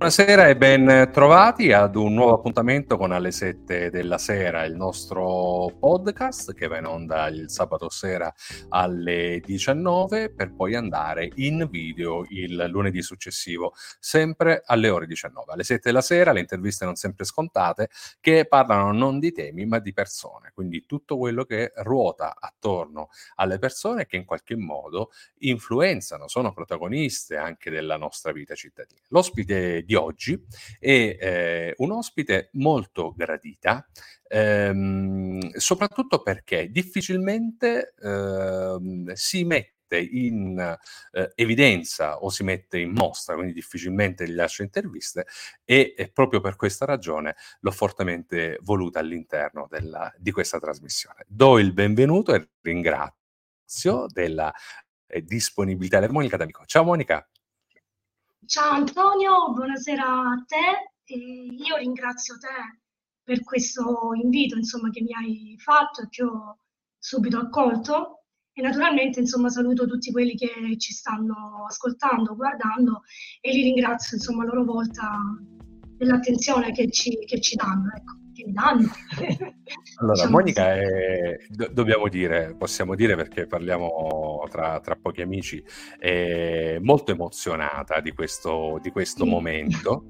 Buonasera e ben trovati ad un nuovo appuntamento con Alle 7 della sera, il nostro podcast che va in onda il sabato sera alle 19 per poi andare in video il lunedì successivo, sempre alle ore 19. Alle 7 della sera le interviste non sempre scontate che parlano non di temi ma di persone, quindi tutto quello che ruota attorno alle persone che in qualche modo influenzano, sono protagoniste anche della nostra vita cittadina. L'ospite di oggi è un ospite molto gradita, soprattutto perché difficilmente si mette in evidenza o si mette in mostra, quindi difficilmente gli lascia interviste e proprio per questa ragione l'ho fortemente voluta all'interno di questa trasmissione. Do il benvenuto e ringrazio della disponibilità di Monica D'Amico. Ciao Monica. Ciao Antonio, buonasera a te. Io ringrazio te per questo invito, insomma, che mi hai fatto e che ho subito accolto. E naturalmente, insomma, saluto tutti quelli che ci stanno ascoltando, guardando e li ringrazio, insomma, a loro volta dell'attenzione che ci danno, ecco, che mi danno. Allora, Diciamo Monica così. dobbiamo dire, possiamo dire perché parliamo tra pochi amici, è molto emozionata di questo Sì. momento.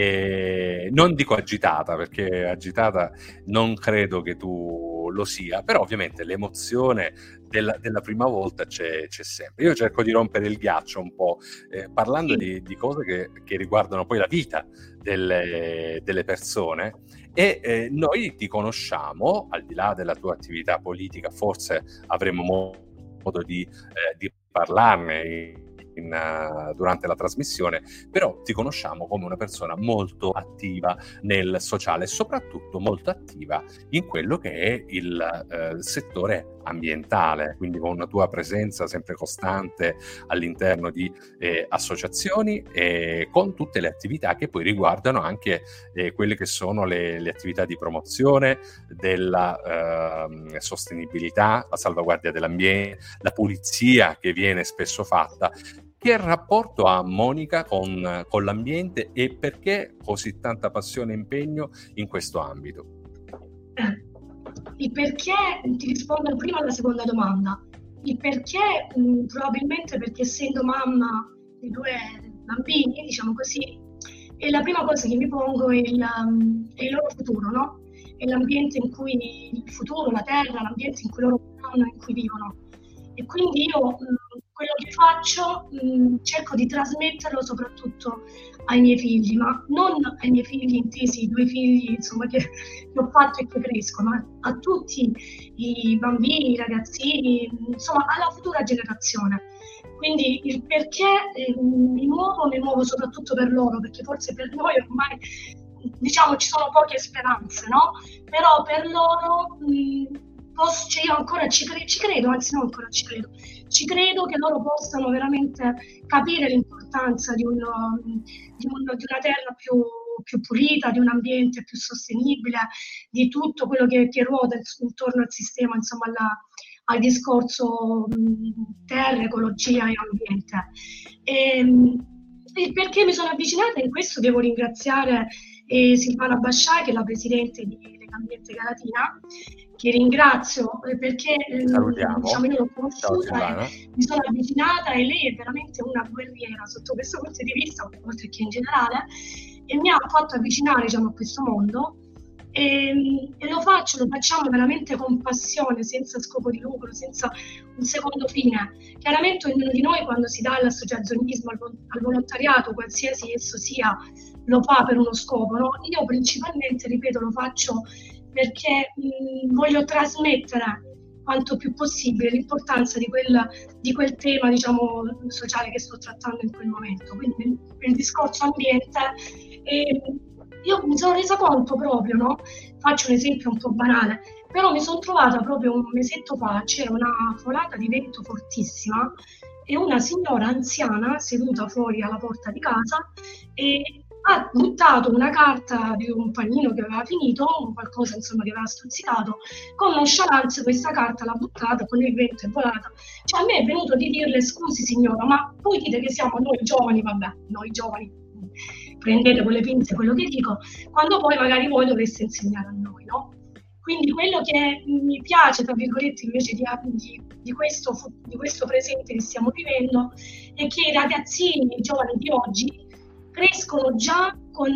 E non dico agitata, perché agitata non credo che tu lo sia, però ovviamente l'emozione della prima volta c'è sempre. Io cerco di rompere il ghiaccio un po', parlando Sì. di cose che riguardano poi la vita delle persone. E noi ti conosciamo, al di là della tua attività politica, forse avremo modo di parlarne durante la trasmissione, però ti conosciamo come una persona molto attiva nel sociale e soprattutto molto attiva in quello che è il settore ambientale, quindi con una tua presenza sempre costante all'interno di associazioni e con tutte le attività che poi riguardano anche quelle che sono le attività di promozione della sostenibilità, la salvaguardia dell'ambiente, la pulizia che viene spesso fatta. Che rapporto ha Monica con l'ambiente e perché così tanta passione e impegno in questo ambito? Il perché, ti rispondo prima alla seconda domanda. Il perché, probabilmente perché essendo mamma di due bambini, diciamo così, e la prima cosa che mi pongo è il loro futuro, no? È l'ambiente in cui, il futuro, la terra, l'ambiente in cui loro vanno, in cui vivono. E quindi io quello che faccio cerco di trasmetterlo soprattutto ai miei figli, ma non ai miei figli intesi, i 2 figli insomma, che ho fatto e che crescono, ma a tutti i bambini, i ragazzini, insomma alla futura generazione. Quindi il perché mi muovo soprattutto per loro, perché forse per noi ormai diciamo ci sono poche speranze, no? Però per loro cioè io ancora ci credo, anzi non ancora ci credo che loro possano veramente capire l'importanza di una terra più pulita, di un ambiente più sostenibile, di tutto quello che ruota intorno al sistema, insomma, al discorso terra, ecologia e ambiente. E perché mi sono avvicinata, in questo devo ringraziare Silvana Basciai, che è la presidente di Legambiente Galatina, che ringrazio perché Salutiamo. diciamo, io l'ho conosciuta Ciao, e mi sono avvicinata e lei è veramente una guerriera sotto questo punto di vista, oltre che in generale, e mi ha fatto avvicinare diciamo, a questo mondo e lo facciamo veramente con passione, senza scopo di lucro, senza un secondo fine. Chiaramente ognuno di noi quando si dà all'associazionismo, al volontariato, qualsiasi esso sia, lo fa per uno scopo, no? Io principalmente, ripeto, lo faccio perché voglio trasmettere quanto più possibile l'importanza di quel tema, diciamo, sociale che sto trattando in quel momento. Quindi il discorso ambiente. Io mi sono resa conto proprio, no? Faccio un esempio un po' banale, però mi sono trovata proprio un mesetto fa, c'era una folata di vento fortissima e una signora anziana seduta fuori alla porta di casa e ha buttato una carta di un panino che aveva finito, qualcosa insomma che aveva stuzzicato, con nonchalance questa carta l'ha buttata, con il vento è volata. Cioè a me è venuto di dirle scusi signora, ma voi dite che siamo noi giovani, vabbè, noi giovani, prendete con le pinze quello che dico, quando poi magari voi dovreste insegnare a noi, no? Quindi quello che mi piace, tra virgolette, invece di questo presente che stiamo vivendo, è che i ragazzini, i giovani di oggi, crescono già con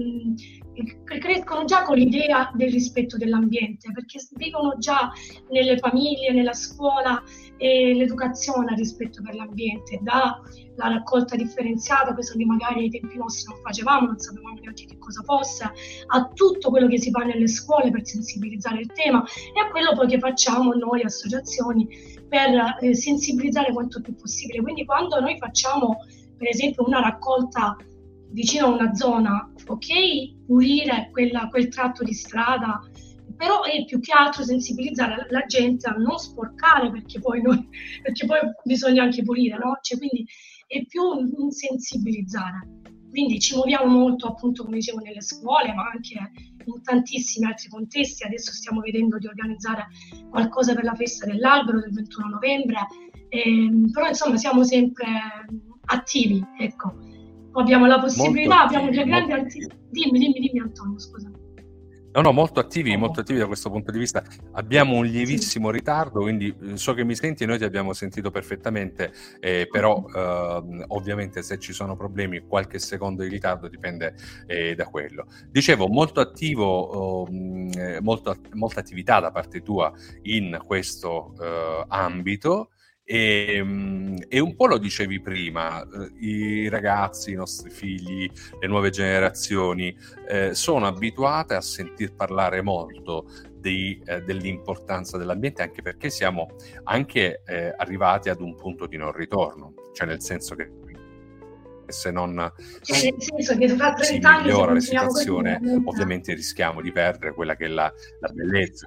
l'idea del rispetto dell'ambiente, perché vivono già nelle famiglie, nella scuola, l'educazione al rispetto per l'ambiente, dalla raccolta differenziata, questo che magari ai tempi nostri non facevamo, non sapevamo neanche che cosa fosse, a tutto quello che si fa nelle scuole per sensibilizzare il tema, e a quello poi che facciamo noi associazioni per sensibilizzare quanto più possibile. Quindi quando noi facciamo per esempio una raccolta vicino a una zona, ok, pulire quel tratto di strada, però è più che altro sensibilizzare la gente a non sporcare, perché poi bisogna anche pulire, no? Cioè, quindi è più un sensibilizzare. Quindi ci muoviamo molto, appunto, come dicevo, nelle scuole, ma anche in tantissimi altri contesti. Adesso stiamo vedendo di organizzare qualcosa per la festa dell'albero del 21 novembre, però insomma siamo sempre attivi, ecco. Abbiamo la possibilità, abbiamo delle grandi attività. Dimmi Antonio, scusa. No, molto attivi da questo punto di vista. Abbiamo un lievissimo ritardo, quindi so che mi senti, noi ti abbiamo sentito perfettamente, però ovviamente se ci sono problemi qualche secondo di ritardo dipende da quello. Dicevo, molto attivo, molta attività da parte tua in questo ambito. E un po' lo dicevi prima, i ragazzi, i nostri figli, le nuove generazioni sono abituate a sentir parlare molto dell'importanza dell'ambiente, anche perché siamo anche arrivati ad un punto di non ritorno, cioè nel senso che se non si migliora la situazione, ovviamente rischiamo di perdere quella che è la bellezza.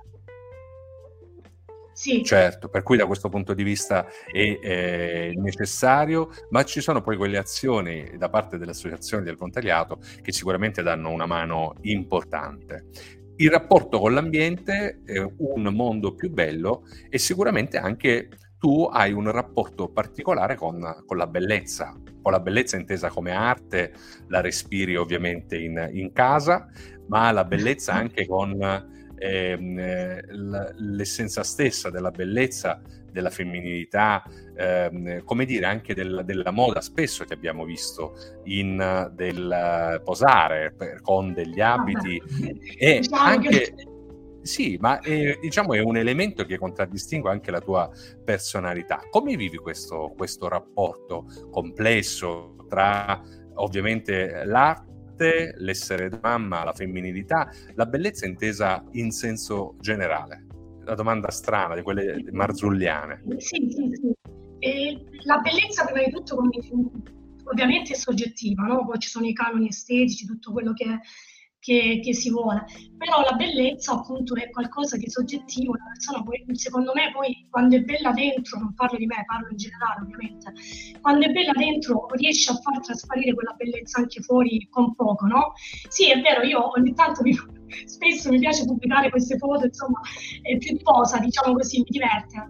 Sì. Certo, per cui da questo punto di vista è necessario, ma ci sono poi quelle azioni da parte delle associazioni del volontariato che sicuramente danno una mano importante. Il rapporto con l'ambiente è un mondo più bello e sicuramente anche tu hai un rapporto particolare con la bellezza intesa come arte, la respiri ovviamente in casa, ma la bellezza anche con l'essenza stessa della bellezza, della femminilità, come dire anche della moda. Spesso ti abbiamo visto del posare con degli abiti e anche sì, ma diciamo è un elemento che contraddistingue anche la tua personalità. Come vivi questo rapporto complesso tra ovviamente l'arte, l'essere mamma, la femminilità, la bellezza intesa in senso generale? La domanda strana, di quelle marzulliane. Sì. La bellezza prima di tutto ovviamente è soggettiva, no? Poi ci sono i canoni estetici, tutto quello che si vuole, però la bellezza appunto è qualcosa di soggettivo. La persona poi, secondo me, poi quando è bella dentro, non parlo di me, parlo in generale ovviamente, quando è bella dentro riesce a far trasparire quella bellezza anche fuori con poco, no? Sì, è vero, io ogni tanto spesso mi piace pubblicare queste foto, insomma, più di posa, diciamo così, mi diverte,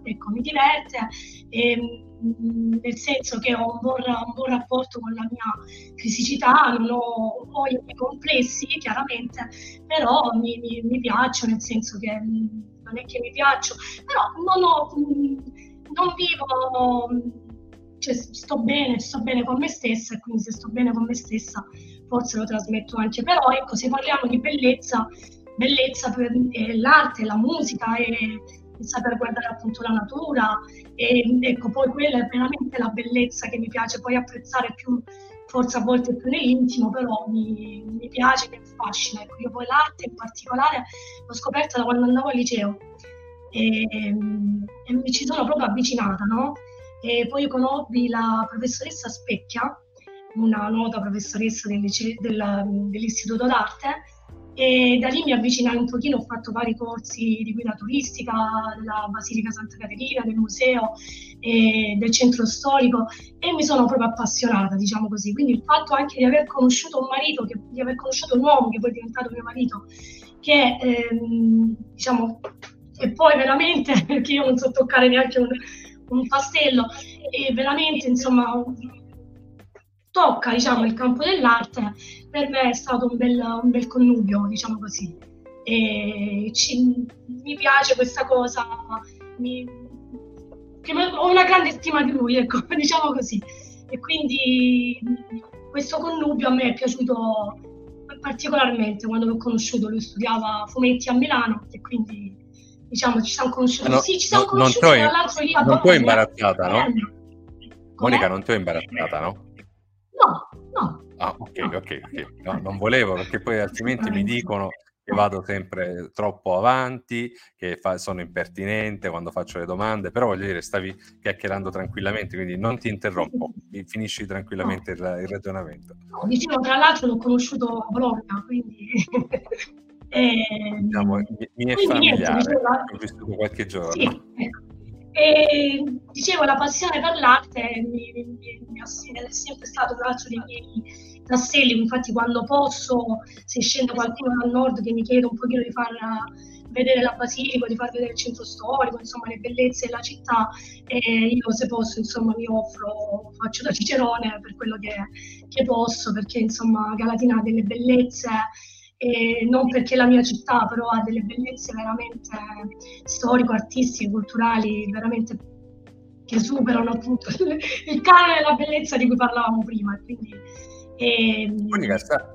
nel senso che ho un buon rapporto con la mia fisicità, non ho i miei complessi chiaramente, però mi piaccio, nel senso che non è che mi piaccio, però non vivo, cioè sto bene con me stessa, e quindi se sto bene con me stessa forse lo trasmetto anche. Però ecco, se parliamo di bellezza per l'arte, la musica e saper guardare appunto la natura, e ecco, poi quella è veramente la bellezza che mi piace poi apprezzare più, forse a volte più nell'intimo, però mi piace, mi affascina. Ecco, io poi l'arte in particolare l'ho scoperta da quando andavo al liceo e mi ci sono proprio avvicinata, no? E poi conobbi la professoressa Specchia, una nota professoressa dell'Istituto d'Arte, e da lì mi avvicinai un pochino. Ho fatto vari corsi di guida turistica della Basilica Santa Caterina, del museo e del centro storico, e mi sono proprio appassionata, diciamo così. Quindi il fatto anche di aver conosciuto un marito, di aver conosciuto un uomo che poi è diventato mio marito, che diciamo, e poi veramente, perché io non so toccare neanche un pastello, e veramente insomma tocca, diciamo, il campo dell'arte, per me è stato un bel connubio, diciamo così. E mi piace questa cosa, ho una grande stima di lui, ecco, diciamo così. E quindi questo connubio a me è piaciuto particolarmente quando l'ho conosciuto. Lui studiava fumetti a Milano e quindi, diciamo, ci siamo conosciuti. No, sì, ci siamo no, conosciuti tra l'altro lì a non ti ho imbarazzata, no? Com'è? Monica, non ti ho imbarazzata, no? No. Ah, ok. No, non volevo, perché poi altrimenti mi dicono che vado sempre troppo avanti, che sono impertinente quando faccio le domande, però voglio dire, stavi chiacchierando tranquillamente, quindi non ti interrompo, finisci tranquillamente il ragionamento. No, dicevo, tra l'altro l'ho conosciuto a Bologna, quindi diciamo, mi è familiare, ho vissuto qualche giorno. Sì, ecco. E dicevo, la passione per l'arte è sempre stato un altro dei miei tasselli. Infatti quando posso, se scende qualcuno dal nord che mi chiede un pochino di far vedere la Basilica, di far vedere il centro storico, insomma le bellezze della città, e io se posso, insomma, mi offro, faccio da cicerone per quello che posso, perché insomma Galatina ha delle bellezze, e non perché la mia città, però ha delle bellezze veramente storico-artistiche, culturali, veramente che superano appunto il canone della bellezza di cui parlavamo prima. Quindi Monica,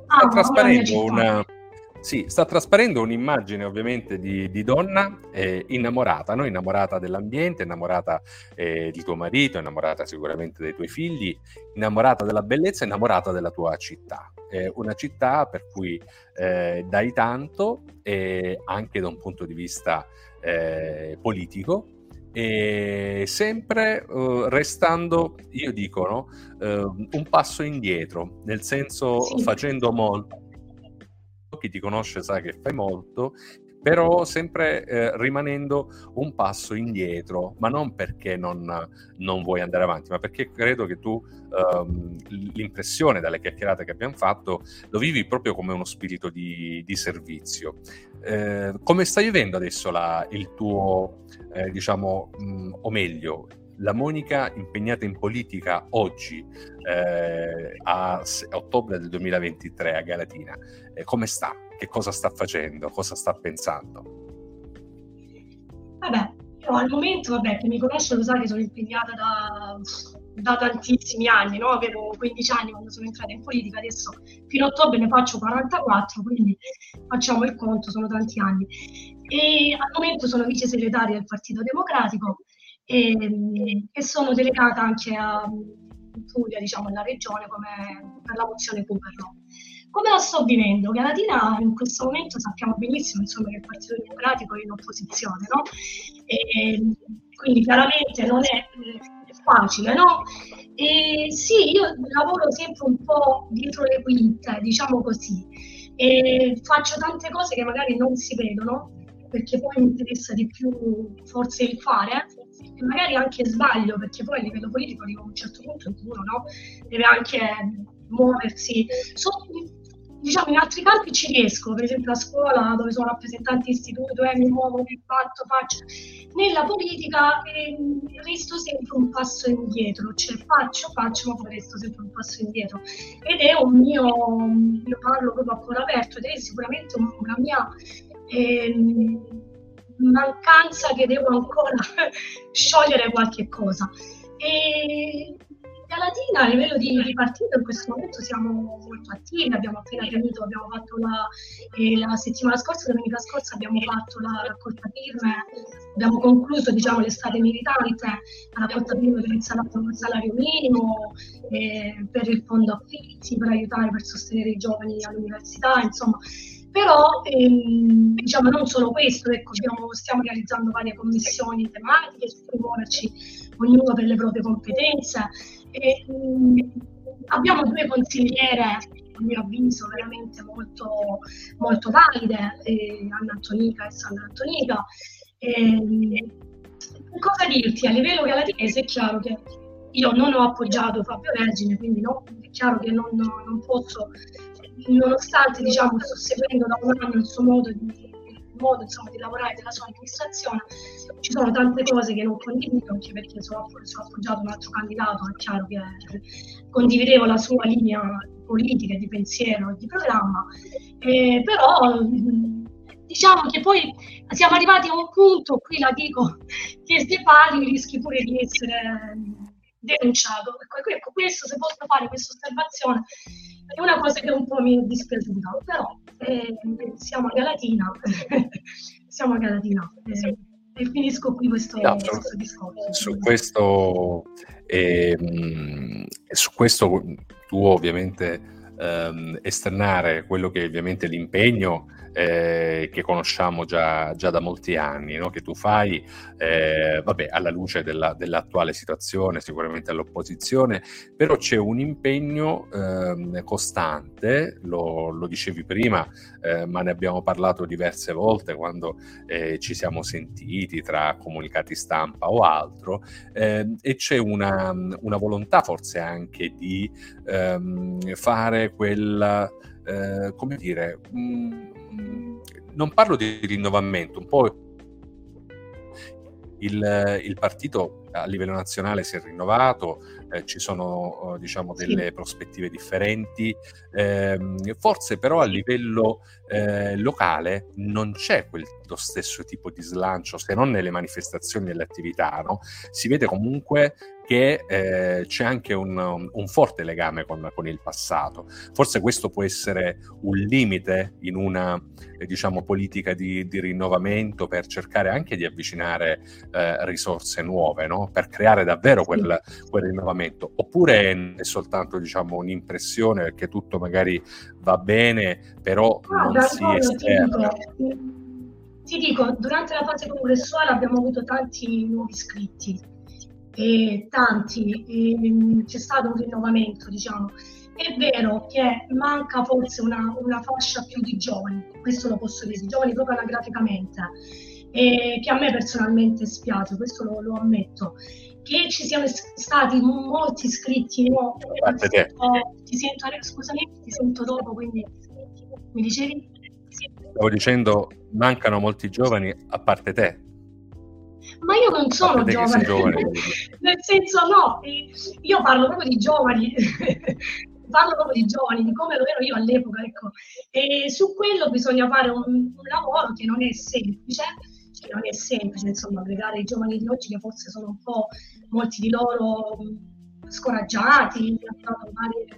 sta trasparendo un'immagine ovviamente di donna innamorata, no? Innamorata dell'ambiente, innamorata di tuo marito, innamorata sicuramente dei tuoi figli, innamorata della bellezza, innamorata della tua città. Una città per cui dai tanto, anche da un punto di vista politico, e sempre restando, io dico, no? Un passo indietro, nel senso facendo molto. Chi ti conosce sa che fai molto, però sempre rimanendo un passo indietro, ma non perché non vuoi andare avanti, ma perché credo che tu l'impressione dalle chiacchierate che abbiamo fatto lo vivi proprio come uno spirito di servizio. Come stai vivendo adesso il tuo, diciamo, o meglio, la Monica impegnata in politica oggi, a ottobre del 2023 a Galatina, come sta? Che cosa sta facendo? Cosa sta pensando? Vabbè, io al momento, chi mi conosce lo sa che sono impegnata da tantissimi anni, no? Avevo 15 anni quando sono entrata in politica, adesso fino a ottobre ne faccio 44, quindi facciamo il conto, sono tanti anni. E al momento sono vice segretaria del Partito Democratico e sono delegata anche in Puglia, diciamo, nella regione, come per la mozione Cooperlo. Come la sto vivendo? Galatina in questo momento sappiamo benissimo, insomma, che il Partito Democratico è in opposizione, no? E quindi chiaramente non è facile, no? E sì, io lavoro sempre un po' dietro le quinte, diciamo così, e faccio tante cose che magari non si vedono, perché poi mi interessa di più forse il fare, e magari anche sbaglio, perché poi a livello politico arriva a un certo punto in cui uno, no, deve anche muoversi. Diciamo, in altri campi ci riesco, per esempio a scuola dove sono rappresentante istituto, mi muovo, faccio. Nella politica resto sempre un passo indietro, cioè faccio, ma poi resto sempre un passo indietro. Ed è io parlo proprio a cuore aperto, ed è sicuramente una mia mancanza, che devo ancora sciogliere qualche cosa. E Galatina a livello di partito in questo momento siamo molto attivi, abbiamo appena finito, abbiamo fatto la settimana scorsa, domenica scorsa abbiamo fatto la raccolta firme, abbiamo concluso, diciamo, l'estate militante, la raccolta firme per il salario minimo, per il fondo affitti, per aiutare, per sostenere i giovani all'università, insomma. Però diciamo non solo questo, ecco, stiamo realizzando varie commissioni tematiche su cui muoverci ognuno per le proprie competenze. E, abbiamo 2 consigliere, a mio avviso, veramente molto, molto valide, Anna Antonica e Sandra Antonica. Cosa dirti? A livello galatese è chiaro che io non ho appoggiato Fabio Vergine, quindi no, è chiaro che non posso, nonostante, diciamo, sto seguendo da un anno il suo modo di modo insomma di lavorare della sua amministrazione. Ci sono tante cose che non condivido, anche perché sono appoggiato un altro candidato, è chiaro che condividevo la sua linea politica, di pensiero e di programma, però diciamo che poi siamo arrivati a un punto, qui la dico, che se parli rischi pure di essere denunciato. Ecco, questo, se posso fare questa osservazione, è una cosa che un po' mi è dispiaciuta, però siamo a Galatina, siamo a Galatina. E finisco qui questo discorso. Su questo tu ovviamente esternare quello che ovviamente l'impegno che conosciamo già da molti anni, no? Che tu fai, alla luce dell'attuale situazione, sicuramente all'opposizione, però c'è un impegno costante, lo dicevi prima, ma ne abbiamo parlato diverse volte quando ci siamo sentiti tra comunicati stampa o altro, e c'è una volontà forse anche di fare quella, come dire, non parlo di rinnovamento, un po' il partito a livello nazionale si è rinnovato, ci sono diciamo delle prospettive differenti, forse però a livello locale non c'è lo stesso tipo di slancio, se non nelle manifestazioni e nelle attività, no? Si vede comunque che c'è anche un forte legame con il passato. Forse questo può essere un limite in una diciamo politica di rinnovamento, per cercare anche di avvicinare risorse nuove, no? Per creare davvero quel rinnovamento, oppure è soltanto diciamo un'impressione perché tutto magari va bene, però non si esterna. Ti dico, durante la fase congressuale abbiamo avuto tanti nuovi iscritti, c'è stato un rinnovamento, diciamo. È vero che manca forse una fascia più di giovani, questo lo posso dire, giovani proprio anagraficamente, che a me personalmente spiace, questo lo ammetto. Che ci siano stati molti iscritti, no? Scusami, ti sento dopo, quindi mi dicevi? Stavo dicendo, mancano molti giovani a parte te. Ma io non sono giovane, nel senso no, io parlo proprio di giovani, parlo proprio di giovani, di come lo ero io all'epoca, ecco. E su quello bisogna fare un lavoro che non è semplice, insomma, aggregare i giovani di oggi che forse sono un po', molti di loro scoraggiati, hanno dato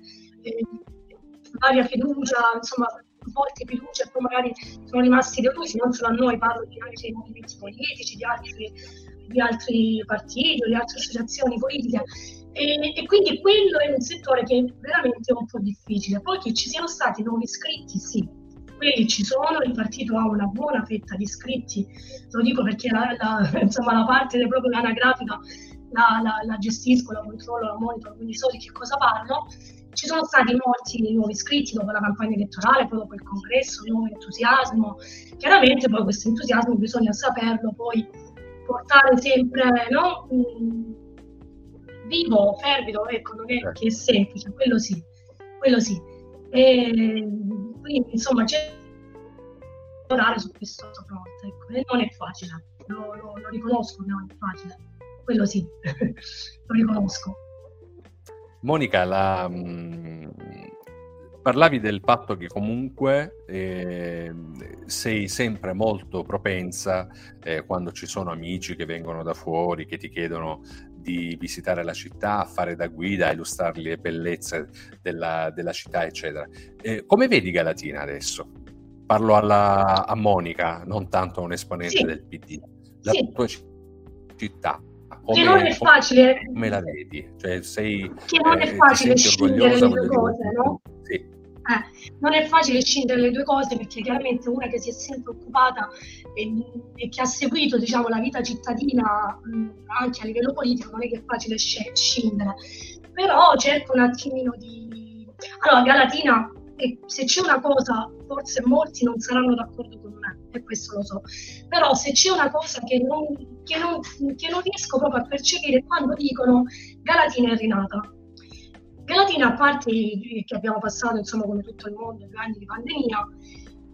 varia fiducia, insomma, molte fiducie e poi magari sono rimasti delusi, non solo a noi, parlo di anche movimenti politici, di altri partiti, di altre associazioni politiche, e quindi quello è un settore che veramente è un po' difficile. Poi che ci siano stati nuovi iscritti, sì, quelli ci sono, il partito ha una buona fetta di iscritti, lo dico perché insomma, la parte proprio anagrafica la gestisco, la controllo, la monitor, quindi so di che cosa parlo. Ci sono stati molti nuovi iscritti dopo la campagna elettorale, poi dopo il congresso, nuovo entusiasmo. Chiaramente poi questo entusiasmo bisogna saperlo poi portare sempre, no? Vivo, fervido, ecco, non è che è semplice, quello sì. E quindi insomma c'è da lavorare su questo fronte, ecco. E non è facile, lo riconosco, non è facile, quello sì, lo riconosco. Monica, parlavi del fatto che comunque sei sempre molto propensa, quando ci sono amici che vengono da fuori, che ti chiedono di visitare la città, a fare da guida, a illustrargli le bellezze della città, eccetera. Come vedi Galatina adesso? Parlo a Monica, non tanto a un esponente del PD. La tua città. Che non è facile. Come la vedi? Cioè, che non è facile scindere le due cose, no? Sì. Non è facile scindere le due cose, perché chiaramente una che si è sempre occupata e che ha seguito, diciamo, la vita cittadina anche a livello politico, non è che è facile scindere. Però cerco un attimino di... Allora, Galatina, se c'è una cosa, forse molti non saranno d'accordo con me, e questo lo so, però se c'è una cosa che non riesco proprio a percepire, quando dicono Galatina è rinata. Galatina, a parte che abbiamo passato, insomma, come tutto il mondo, 2 anni di pandemia,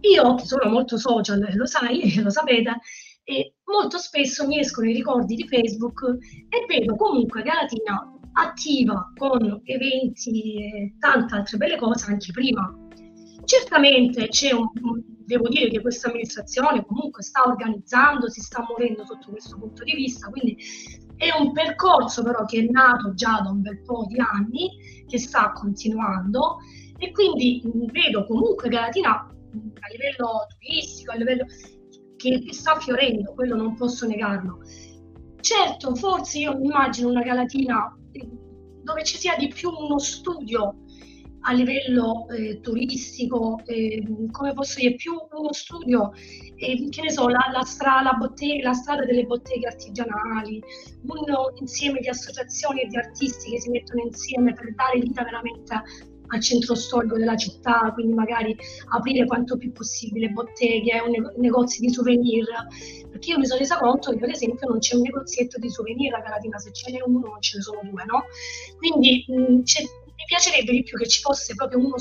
io sono molto social, lo sai, lo sapete, e molto spesso mi escono i ricordi di Facebook e vedo comunque Galatina attiva con eventi e tante altre belle cose anche prima. Certamente devo dire che questa amministrazione comunque sta organizzando, si sta muovendo sotto questo punto di vista, quindi è un percorso però che è nato già da un bel po' di anni, che sta continuando e quindi vedo comunque Galatina a livello turistico, a livello che sta fiorendo, quello non posso negarlo. Certo, forse io mi immagino una Galatina dove ci sia di più uno studio a livello turistico, come posso dire, più uno studio, che ne so, la strada delle botteghe artigianali, un insieme di associazioni e di artisti che si mettono insieme per dare vita veramente al centro storico della città, quindi magari aprire quanto più possibile botteghe, negozi di souvenir, perché io mi sono resa conto che per esempio non c'è un negozietto di souvenir a Galatina, se ce n'è uno non ce ne sono due, no? Quindi mi piacerebbe di più che ci fosse proprio uno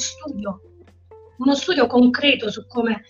studio concreto su come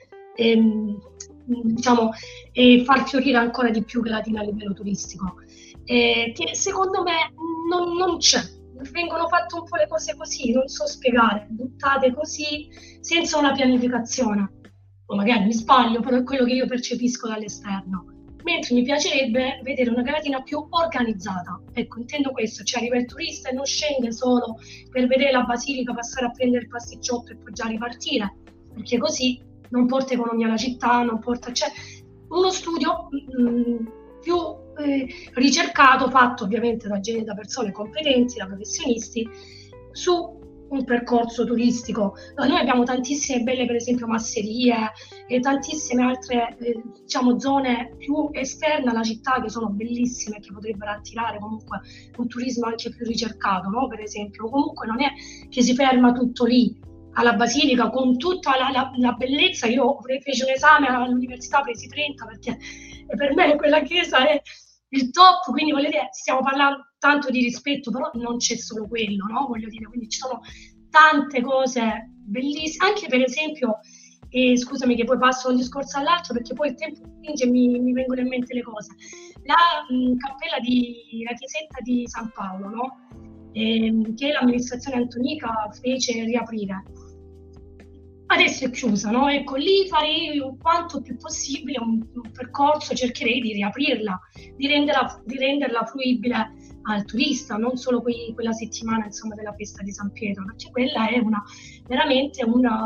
diciamo, far fiorire ancora di più Galatina a livello turistico, che secondo me non c'è. Vengono fatte un po' le cose così, non so spiegare, buttate così, senza una pianificazione. O magari mi sbaglio, però è quello che io percepisco dall'esterno. Mentre mi piacerebbe vedere una Galatina più organizzata. Ecco, intendo questo, cioè arriva il turista e non scende solo per vedere la basilica, passare a prendere il pasticciotto e poi già ripartire, perché così non porta economia alla città, non porta... Cioè, uno studio più ricercato, fatto ovviamente da persone competenti, da professionisti, su un percorso turistico. Noi abbiamo tantissime belle, per esempio, masserie e tantissime altre diciamo zone più esterne alla città che sono bellissime, che potrebbero attirare comunque un turismo anche più ricercato, no? Per esempio, comunque non è che si ferma tutto lì alla Basilica con tutta la bellezza. Io feci un esame all'università, presi 30 perché per me quella chiesa è il top, quindi voglio dire, stiamo parlando tanto di rispetto, però non c'è solo quello, no? Voglio dire, quindi ci sono tante cose bellissime, anche per esempio, scusami che poi passo da un discorso all'altro perché poi il tempo spinge e mi vengono in mente le cose. La cappella la chiesetta di San Paolo, no? Che l'amministrazione Antonica fece riaprire. Adesso è chiusa, no? Ecco, lì farei quanto più possibile un percorso, cercherei di riaprirla, di renderla fruibile al turista, non solo quella settimana, insomma, della festa di San Pietro, perché quella è veramente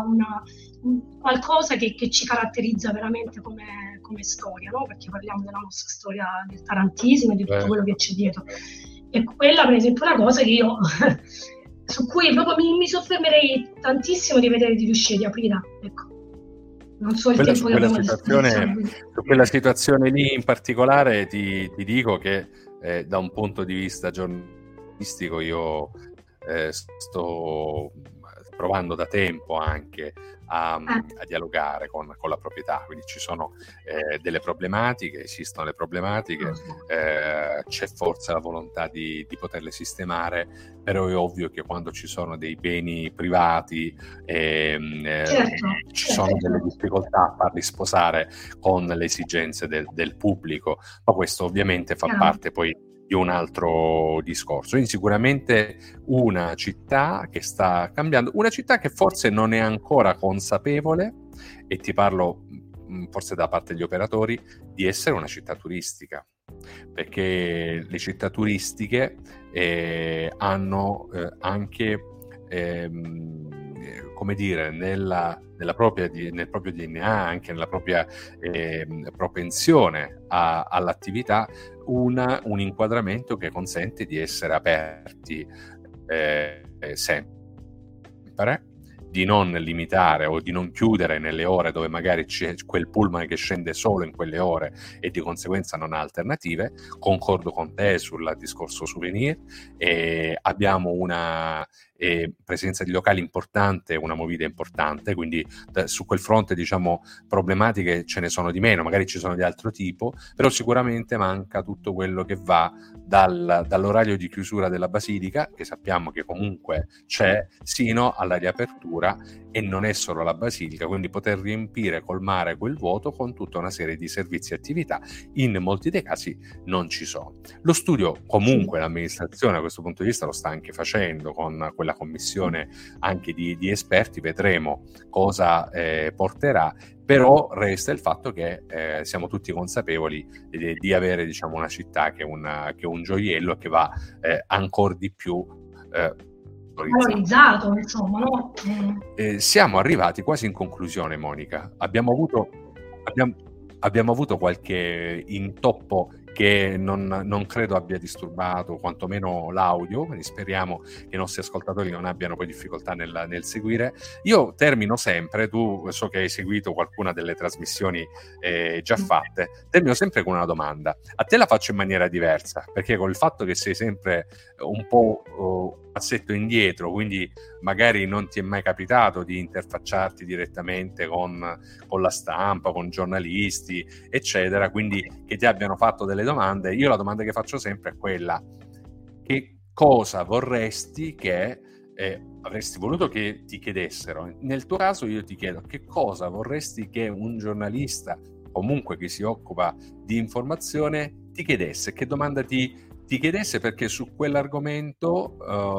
qualcosa che ci caratterizza veramente come storia, no? Perché parliamo della nostra storia del tarantismo e di tutto quello che c'è dietro. E quella, per esempio, è una cosa che io... su cui proprio mi soffermerei tantissimo di vedere di riuscire di aprire, ecco. Non so il tempo che abbiamo a disposizione. Su quella situazione lì in particolare ti dico che da un punto di vista giornalistico io sto provando da tempo anche a dialogare con la proprietà, quindi ci sono delle problematiche, esistono le problematiche, c'è forse la volontà di poterle sistemare, però è ovvio che quando ci sono dei beni privati ci sono delle difficoltà a farli sposare con le esigenze del pubblico, ma questo ovviamente fa parte poi di un altro discorso. Quindi sicuramente una città che sta cambiando, una città che forse non è ancora consapevole, e ti parlo forse da parte degli operatori, di essere una città turistica, perché le città turistiche hanno anche come dire nel proprio DNA, anche nella propria propensione all'attività, un inquadramento che consente di essere aperti sempre, di non limitare o di non chiudere nelle ore dove magari c'è quel pullman che scende solo in quelle ore e di conseguenza non ha alternative. Concordo con te sul discorso souvenir, abbiamo una presenza di locali importante, una movida importante, quindi su quel fronte, diciamo, problematiche ce ne sono di meno, magari ci sono di altro tipo, però sicuramente manca tutto quello che va dall'orario di chiusura della basilica, che sappiamo che comunque c'è, sino alla riapertura, e non è solo la basilica, quindi poter riempire, colmare quel vuoto con tutta una serie di servizi e attività in molti dei casi non ci sono. Lo studio, comunque l'amministrazione a questo punto di vista lo sta anche facendo con quella commissione anche di esperti, vedremo cosa porterà, però resta il fatto che siamo tutti consapevoli di avere, diciamo, una città che è un gioiello e che va ancora di più valorizzato, insomma, no? Siamo arrivati quasi in conclusione, Monica. Abbiamo avuto qualche intoppo che non credo abbia disturbato quantomeno l'audio, quindi speriamo che i nostri ascoltatori non abbiano poi difficoltà nel seguire. Io termino sempre, tu so che hai seguito qualcuna delle trasmissioni già fatte, termino sempre con una domanda. A te la faccio in maniera diversa, perché con il fatto che sei sempre un po' un passetto indietro, quindi magari non ti è mai capitato di interfacciarti direttamente con la stampa, con giornalisti, eccetera, quindi che ti abbiano fatto delle domande. Io la domanda che faccio sempre è quella: che cosa vorresti che avresti voluto che ti chiedessero? Nel tuo caso io ti chiedo: che cosa vorresti che un giornalista, comunque che si occupa di informazione, ti chiedesse? Che domanda ti chiedesse, perché su quell'argomento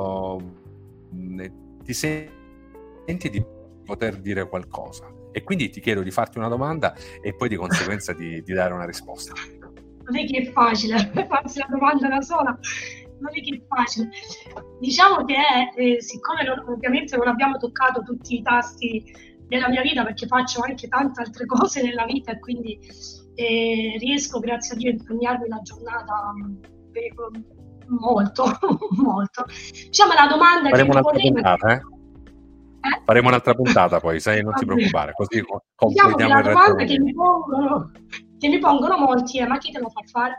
ti senti di poter dire qualcosa, e quindi ti chiedo di farti una domanda e poi di conseguenza di dare una risposta. Non è che è facile farsi la domanda da sola, non è che è facile. Diciamo che siccome ovviamente non abbiamo toccato tutti i tasti della mia vita, perché faccio anche tante altre cose nella vita, e quindi riesco, grazie a Dio, a impegnarmi la giornata molto, molto. Diciamo la domanda faremo che un'altra puntata, faremo un'altra puntata poi, sai, non ti preoccupare, così completiamo la domanda che mi pongono molti è: ma chi te lo fa fare?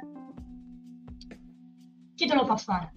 Chi te lo fa fare?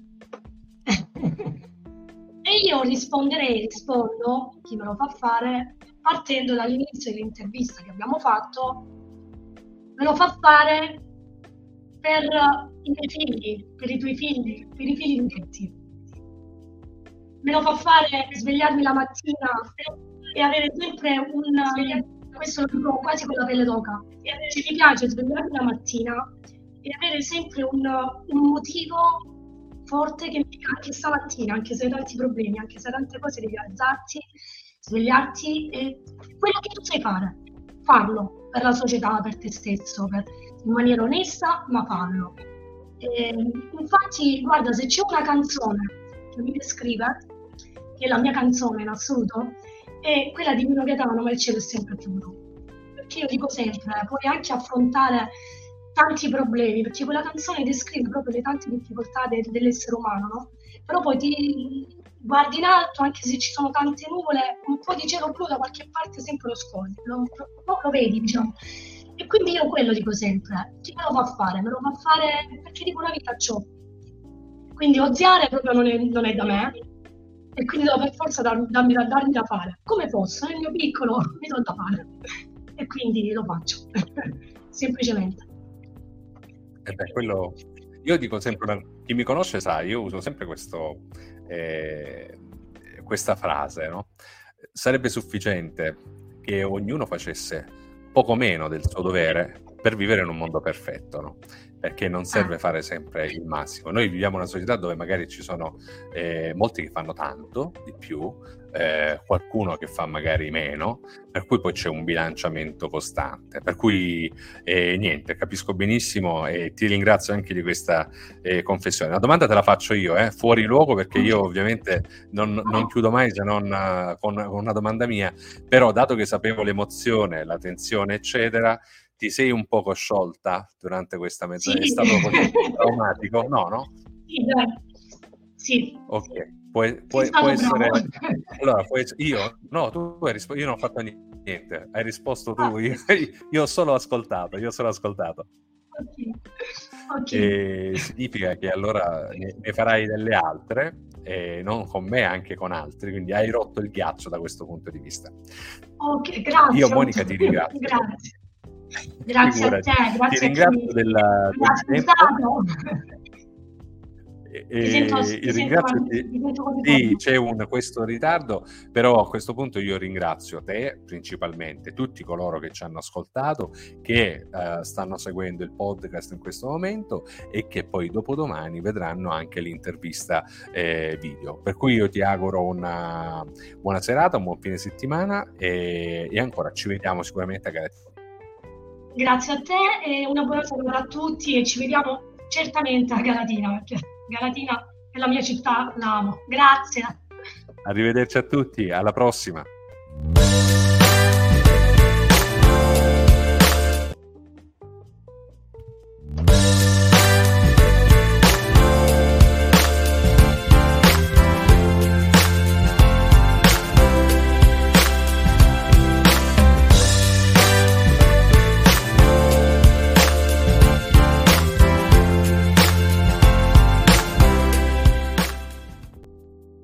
E io rispondo chi me lo fa fare, partendo dall'inizio dell'intervista che abbiamo fatto. Me lo fa fare per i miei figli, per i tuoi figli, per i figli di tutti. Me lo fa fare svegliarmi la mattina e avere sempre questo lo dico quasi con la pelle d'oca, mi piace svegliarmi la mattina e avere sempre un motivo forte che mi dica, anche stamattina, anche se hai tanti problemi, anche se hai tante cose, devi alzarti, svegliarti e quello che tu sai fare, farlo per la società, per te stesso, in maniera onesta, ma farlo. Infatti, guarda, se c'è una canzone che mi descrive, che è la mia canzone in assoluto, è quella di Pino Gaetano, Ma il cielo è sempre più blu. Perché io dico sempre, puoi anche affrontare tanti problemi, perché quella canzone descrive proprio le tante difficoltà dell'essere umano, no? Però poi ti guardi in alto, anche se ci sono tante nuvole, un po' di cielo blu da qualche parte sempre lo scogli, lo vedi, diciamo. E quindi io quello dico sempre: chi me lo fa fare? Me lo fa fare perché dico una vita c'ho. Quindi oziare proprio non è da me, e quindi devo per forza darmi da fare. Come posso? Nel mio piccolo mi do da fare. E quindi lo faccio, semplicemente. Quello io dico sempre, chi mi conosce sa, io uso sempre questa frase, no? Sarebbe sufficiente che ognuno facesse poco meno del suo dovere per vivere in un mondo perfetto, no? Perché non serve fare sempre il massimo. Noi viviamo in una società dove magari ci sono molti che fanno tanto di più, qualcuno che fa magari meno, per cui poi c'è un bilanciamento costante. Per cui niente, capisco benissimo e ti ringrazio anche di questa confessione. La domanda te la faccio io, fuori luogo, perché io ovviamente non chiudo mai se non con una domanda mia, però dato che sapevo l'emozione, la tensione, eccetera, ti sei un poco sciolta durante questa mezz'ora? Sì. È stato così traumatico? No? Sì, dai. Sì. Ok, può essere... Allora, io? No, tu hai risposto, io non ho fatto niente, hai risposto tu, io ho solo ascoltato. Okay. Significa che allora ne farai delle altre, e non con me, anche con altri, quindi hai rotto il ghiaccio da questo punto di vista. Ok, grazie. Io, Monica, ti ringrazio. Grazie. Grazie a te, grazie ti ringrazio del tempo. Sì, c'è questo ritardo, però a questo punto io ringrazio te principalmente, tutti coloro che ci hanno ascoltato, che stanno seguendo il podcast in questo momento e che poi dopodomani vedranno anche l'intervista video. Per cui io ti auguro una buona serata, un buon fine settimana e ancora ci vediamo sicuramente a Galatina. Grazie a te e una buona serata a tutti e ci vediamo certamente a Galatina, perché Galatina è la mia città, la amo. Grazie. Arrivederci a tutti, alla prossima.